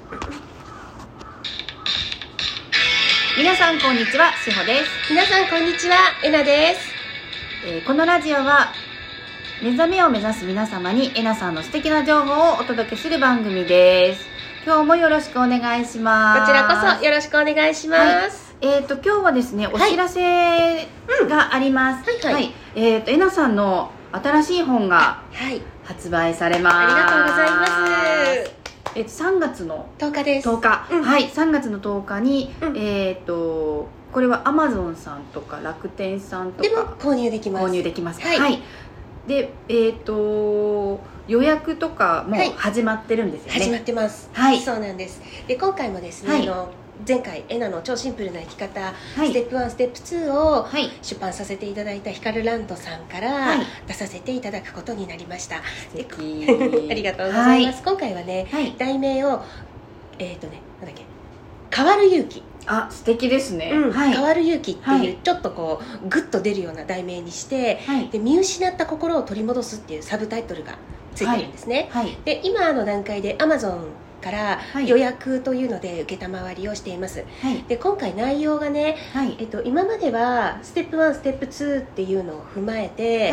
皆さんこんにちは、しほです。 皆さんこんにちは、えなです。 このラジオは目覚めを目指す皆様にえなさんの素敵な情報をお届けする番組です。今日もよろしくお願いします。 こちらこそよろしくお願いします。 今日はですね、お知らせがあります。えなさんの新しい本が発売されます。 ありがとうございます。 3月の 10日です。 10日、3月の10日に、これは Amazon さんとか楽天さんとかでも購入できます。 で、予約とかも始まってるんですよね。 始まってます。そうなんです。で、今回もですね、前回エナの超シンプルな生き方、ステップ1ステップ2を出版させていただいたヒカルランドさんから出させていただくことになりました。ありがとうございます。今回はね、題名をなんだっけ、変わる勇気。 素敵ですね。 変わる勇気っていう、ちょっとこうグッと出るような題名にして、で見失った心を取り戻すっていうサブタイトルがついてるんですね。で、今の段階で Amazon から予約というので受けたまわりをしています。で、今回内容がね、今まではステップ1ステップ2っていうのを踏まえて、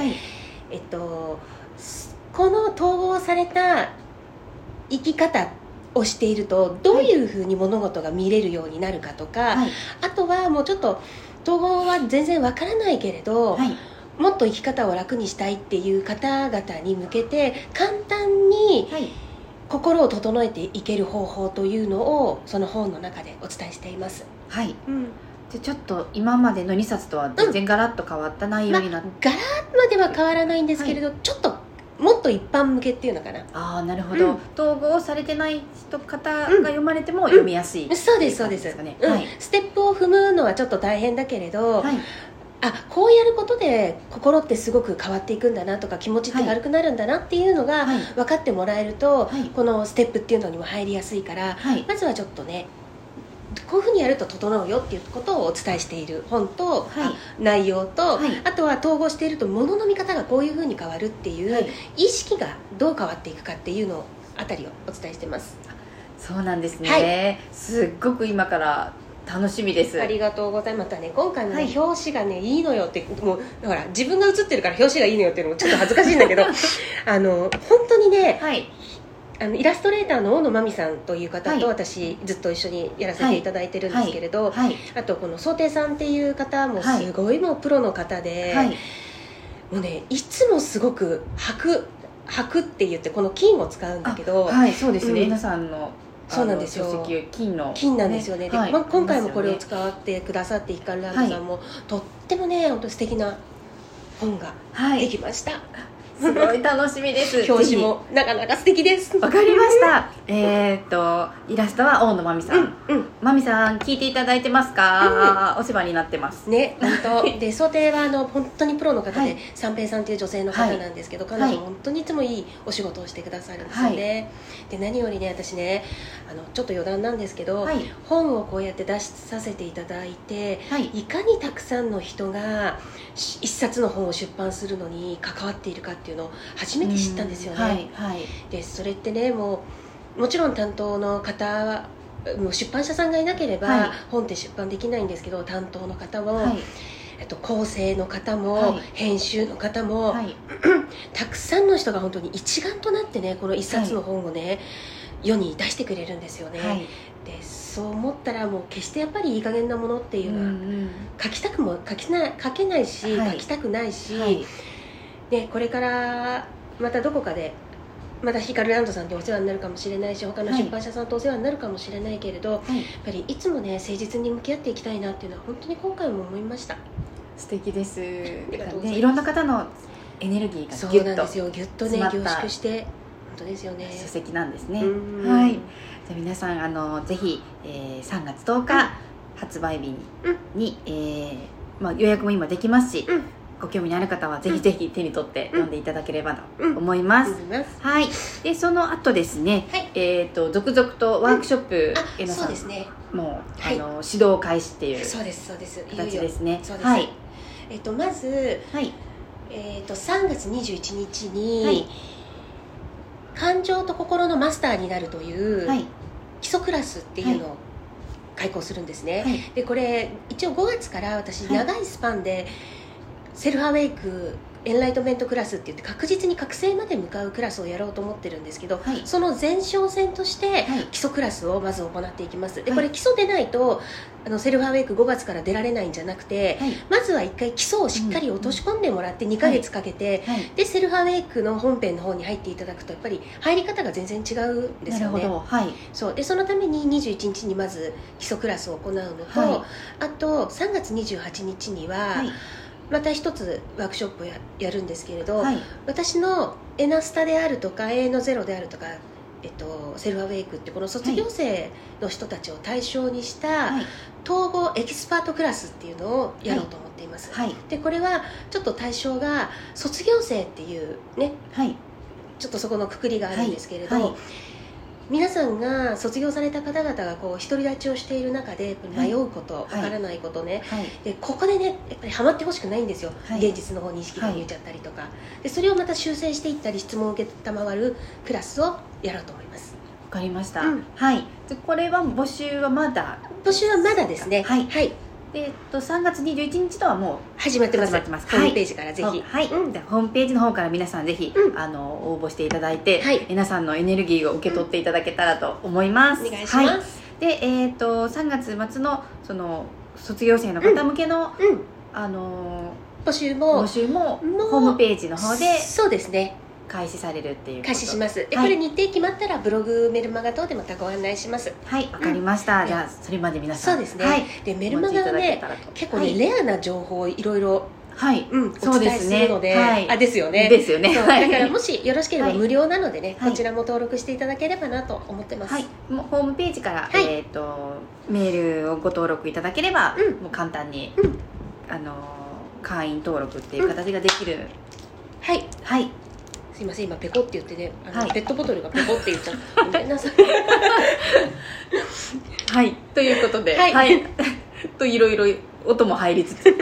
この統合された生き方をしているとどういうふうに物事が見れるようになるかとか、あとはもうちょっと統合は全然わからないけれど、もっと生き方を楽にしたいっていう方々に向けて簡単に心を整えていける方法というのをその本の中でお伝えしています。 で、ちょっと今までの2冊とは全然ガラッと変わった内容になって、 ガラッまでは変わらないんですけれど、ちょっともっと一般向けっていうのかな。 なるほど。統合されてない方が読まれても読みやすい。 そうですそうです。ステップを踏むのはちょっと大変だけれど、こうやることで心ってすごく変わっていくんだなとか、気持ちって軽くなるんだなっていうのが分かってもらえると、このステップっていうのにも入りやすいから、まずはちょっとね、こういうふうにやると整うよっていうことをお伝えしている本と、内容と、あとは統合していると物の見方がこういうふうに変わるっていう意識がどう変わっていくかっていうのあたりをお伝えしてます。 そうなんですね。すっごく今から楽しみです。 ありがとうございます。またね、今回の、表紙がねいいのよって、もうほら自分が写ってるから表紙がいいのよっていうのもちょっと恥ずかしいんだけど本当にね、イラストレーターの大野真美さんという方と私ずっと一緒にやらせていただいてるんですけれど、あとこの想定さんっていう方もすごいもうプロの方で、もうね、いつもすごく箔って言ってこの金を使うんだけど、 そうですね、皆さんのそうなんですよ、 金なんですよね。で、今回もこれを使ってくださってヒカルランドさんも、とってもね、本当素敵な本ができました。 すごい楽しみです。 表紙もなかなか素敵です。 わかりました。イラストは大野真美さん。真美さん、聞いていただいてますか？お世話になってますね。本当で、想定は本当にプロの方で、三平さんという女性の方なんですけど、彼女本当にいつもいいお仕事をしてくださるんですよね。で、何よりね、私ね、ちょっと余談なんですけど、本をこうやって出させていただいて、いかにたくさんの人が一冊の本を出版するのに関わっているかっていうのを初めて知ったんですよね。で、それってね、もちろん担当の方、もう出版社さんがいなければ本って出版できないんですけど、担当の方も、構成の方も、編集の方も、たくさんの人が本当に一丸となってね、この一冊の本をね、世に出してくれるんですよね。で、そう思ったらもう決してやっぱりいい加減なものっていうのは書けないし、書きたくないし、で、これからまたどこかでまたヒカルランドさんでお世話になるかもしれないし、他の出版社さんとお世話になるかもしれないけれど、やっぱりいつもね、誠実に向き合っていきたいなっていうのは本当に今回も思いました。 素敵です。いろんな方のエネルギーがギュッとね、凝縮して、本当ですよね、 書籍なんですね。じゃあ皆さん、ぜひ、3月10日発売日に、予約も今できますし、ご興味のある方はぜひぜひ手に取って読んでいただければと思います。で、その後ですね、続々とワークショップ、えなさんもう指導開始っていう形ですね。 まず、3月21日に、感情と心のマスターになるという、基基礎クラスっていうのを開講するんですね、 はい、 でこれ一応5月から私長いスパンでセルフアウェイクエンライトメントクラスって言って確実に覚醒まで向かうクラスをやろうと思ってるんですけど、はい、その前哨戦として基礎クラスをまず行っていきます。でこれ基礎でないとセルフアウェイク5月から出られないんじゃなくて、はい、まずは1回基礎をしっかり落とし込んでもらって2ヶ月かけて、はいはい、でセルフアウェイクの本編の方に入っていただくとやっぱり入り方が全然違うんですよね。なるほど、はい、そうでそのために21日にまず基礎クラスを行うのと、はい、あと3月28日には、はい、また一つワークショップを やるんですけれど、はい、私のエナスタであるとか A のゼロであるとか、セルフアウェイクってこの卒業生の人たちを対象にした統合エキスパートクラスっていうのをやろうと思っています、はい、でこれはちょっと対象が卒業生っていうね、はい、ちょっとそこのくくりがあるんですけれど、はいはい、皆さんが卒業された方々がこう独り立ちをしている中で迷うこと、わからないことね、はい、でここでねやっぱりハマってほしくないんですよ、はい、現実の方に意識が向いちゃったりとか、でそれをまた修正していったり質問を受けたまわるクラスをやろうと思います。 わかりました、うん、はい。でこれは募集はまだですね。はい、はい。 で3月21日とはもう始まってます。ホームページからぜひ、 はい、うん、でホームページの方から皆さんぜひ、うん、応募していただいて、はい、皆さんのエネルギーを受け取っていただけたらと思います、 お願いします、はい、 で3月末のその卒業生の方向けの、うん、 募集もホームページの方でそうですね開始されるっていう開始します。で、 はい、 これ日程決まったらブログメルマガ等でまたご案内します。 はい、わかりました、うん、じゃあそれまで皆さんそうですね、はい、でメルマガはね結構ね、はい、レアな情報をいろいろはい、 うん、お伝えするので、はい、ですよね。 ですよね。 だからもしよろしければ無料なのでね、はい、こちらも登録していただければなと思ってます。はい、 もうホームページから、はい、メールをご登録いただければ、うん、もう簡単に、うん、会員登録っていう形ができる。うん、 はい、 はい。 すいません今ペコって言ってねはい、ペットボトルがペコって言っちゃったごめんなさいはいということで、はい、はい、といろいろ音も入りつつ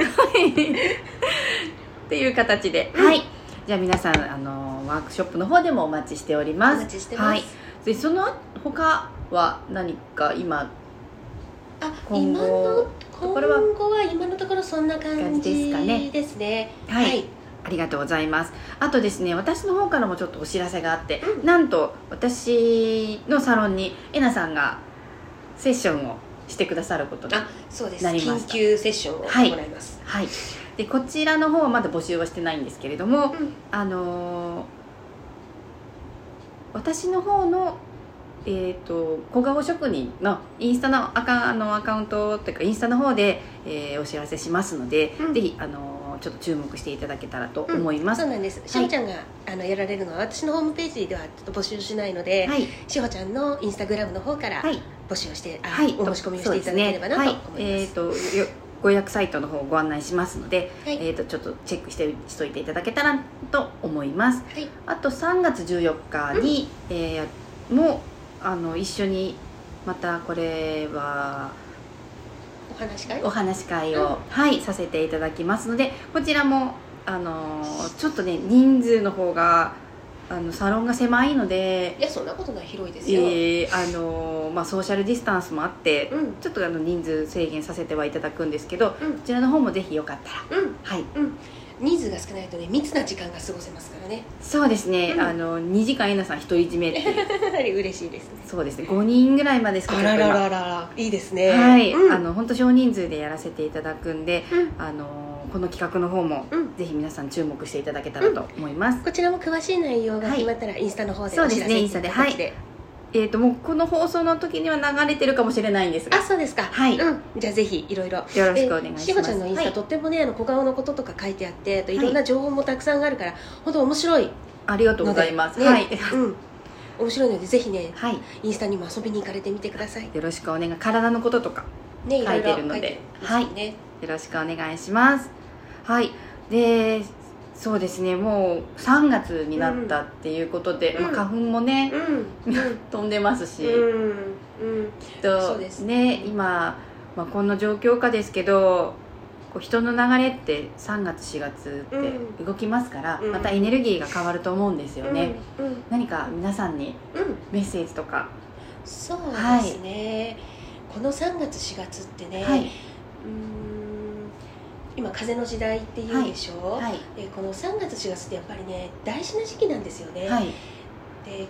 っていう形で、はい、じゃあ皆さんワークショップの方でもお待ちしております。 お待ちしてます、はい、 でその他は何か今今のところそんな感じですね。 はい、はい、ありがとうございます。あとですね、私の方からもちょっとお知らせがあって、うん、なんと私のサロンにえなさんがセッションをしてくださることになりました。 そうです。緊急セッションを行います。 はい。はい、でこちらの方はまだ募集はしてないんですけれども、うん、私の方の小顔職人のインスタのアカウントというかインスタの方で、お知らせしますので、うん、ぜひちょっと注目していただけたらと思います。 そうなんです。しほちゃんがやられるのは私のホームページではちょっと募集しないので、はい、しほちゃんのインスタグラムの方から募集をして、はい、お申し込みをしていただければなと思います。 はい、ご予約サイトの方をご案内しますので、はい、ちょっとチェックしてしといていただけたらと思います。はい、あと3月14日に、も一緒にまたこれはお話し会を、はい、させていただきますので、こちらもちょっとね人数の方がサロンが狭いので、 いやそんなことない広いですよ。 ソーシャルディスタンスもあって、うん、ちょっと人数制限させてはいただくんですけど、こちらの方もぜひよかったら、はい。 人数が少ないとね密な時間が過ごせますからね。 そうですね、2時間えなさん独り占めっていう嬉しいですね。 そうですね、5人ぐらいまでしかあららららいいですね。 はい、本当少人数でやらせていただくんで、この企画の方も、ぜひ皆さん注目していただけたらと思います。 こちらも詳しい内容が決まったら、インスタの方でお知らせいただきで、 もうこの放送の時には流れてるかもしれないんですが、 そうですか。はい、じゃあぜひいろいろよろしくお願いします。 しほちゃんのインスタ、とってもね小顔のこととか書いてあって、あといろんな情報もたくさんあるから、本当面白い。 ありがとうございます。はい、 面白いのでぜひね、インスタにも遊びに行かれてみてください。 よろしくお願い。体のこととか書いてるので、はい、よろしくお願いします。はい。でそうですね、もう3月になったっていうことで、花粉もね、飛んでますし、きっとね今、こんな状況下ですけど、人の流れって3月4月って動きますから、またエネルギーが変わると思うんですよね。何か皆さんにメッセージとかそうですね、この3月4月ってね、今風の時代っていうでしょ、でこの3月4月ってやっぱりね大事な時期なんですよね、で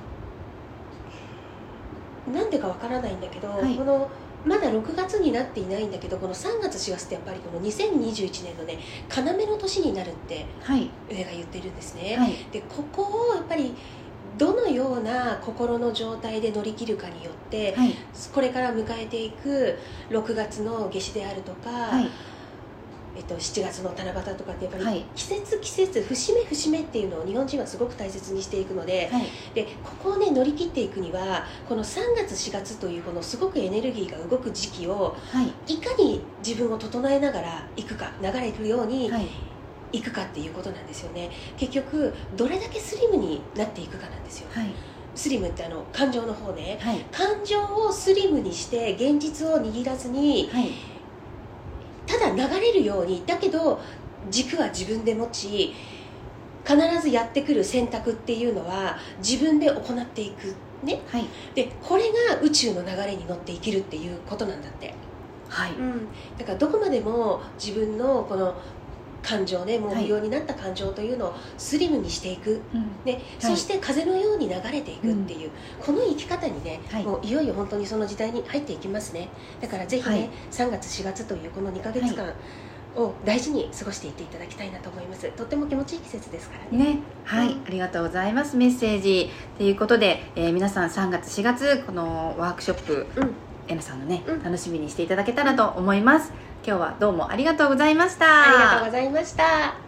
なんでかわからないんだけど、このまだ6月になっていないんだけど、この3月4月ってやっぱりこの2021年のね要の年になるって上が言ってるんですね、でここをやっぱりどのような心の状態で乗り切るかによって、これから迎えていく6月の夏至であるとか、7月の七夕とかってやっぱり季節季節節目節目っていうのを日本人はすごく大切にしていくので、でここをね乗り切っていくにはこの3月4月というこのすごくエネルギーが動く時期をいかに自分を整えながらいくか、流れるようにいくかっていうことなんですよね。結局どれだけスリムになっていくかなんですよ、スリムって感情の方ね、感情をスリムにして現実を握らずに、ただ流れるように、だけど軸は自分で持ち、必ずやってくる選択っていうのは自分で行っていくね、でこれが宇宙の流れに乗って生きるっていうことなんだって、だからどこまでも自分のこの感情ね、もう無用になった感情というのをスリムにしていく、そして風のように流れていくっていう、この生き方にね、もういよいよ本当にその時代に入っていきますね。だからぜひね、3月4月というこの2ヶ月間を大事に過ごしていっていただきたいなと思います。とっても気持ちいい季節ですからね。 ありがとうございます。メッセージということで、皆さん3月4月このワークショップ、えなさんのね、楽しみにしていただけたらと思います。今日はどうもありがとうございました。 ありがとうございました。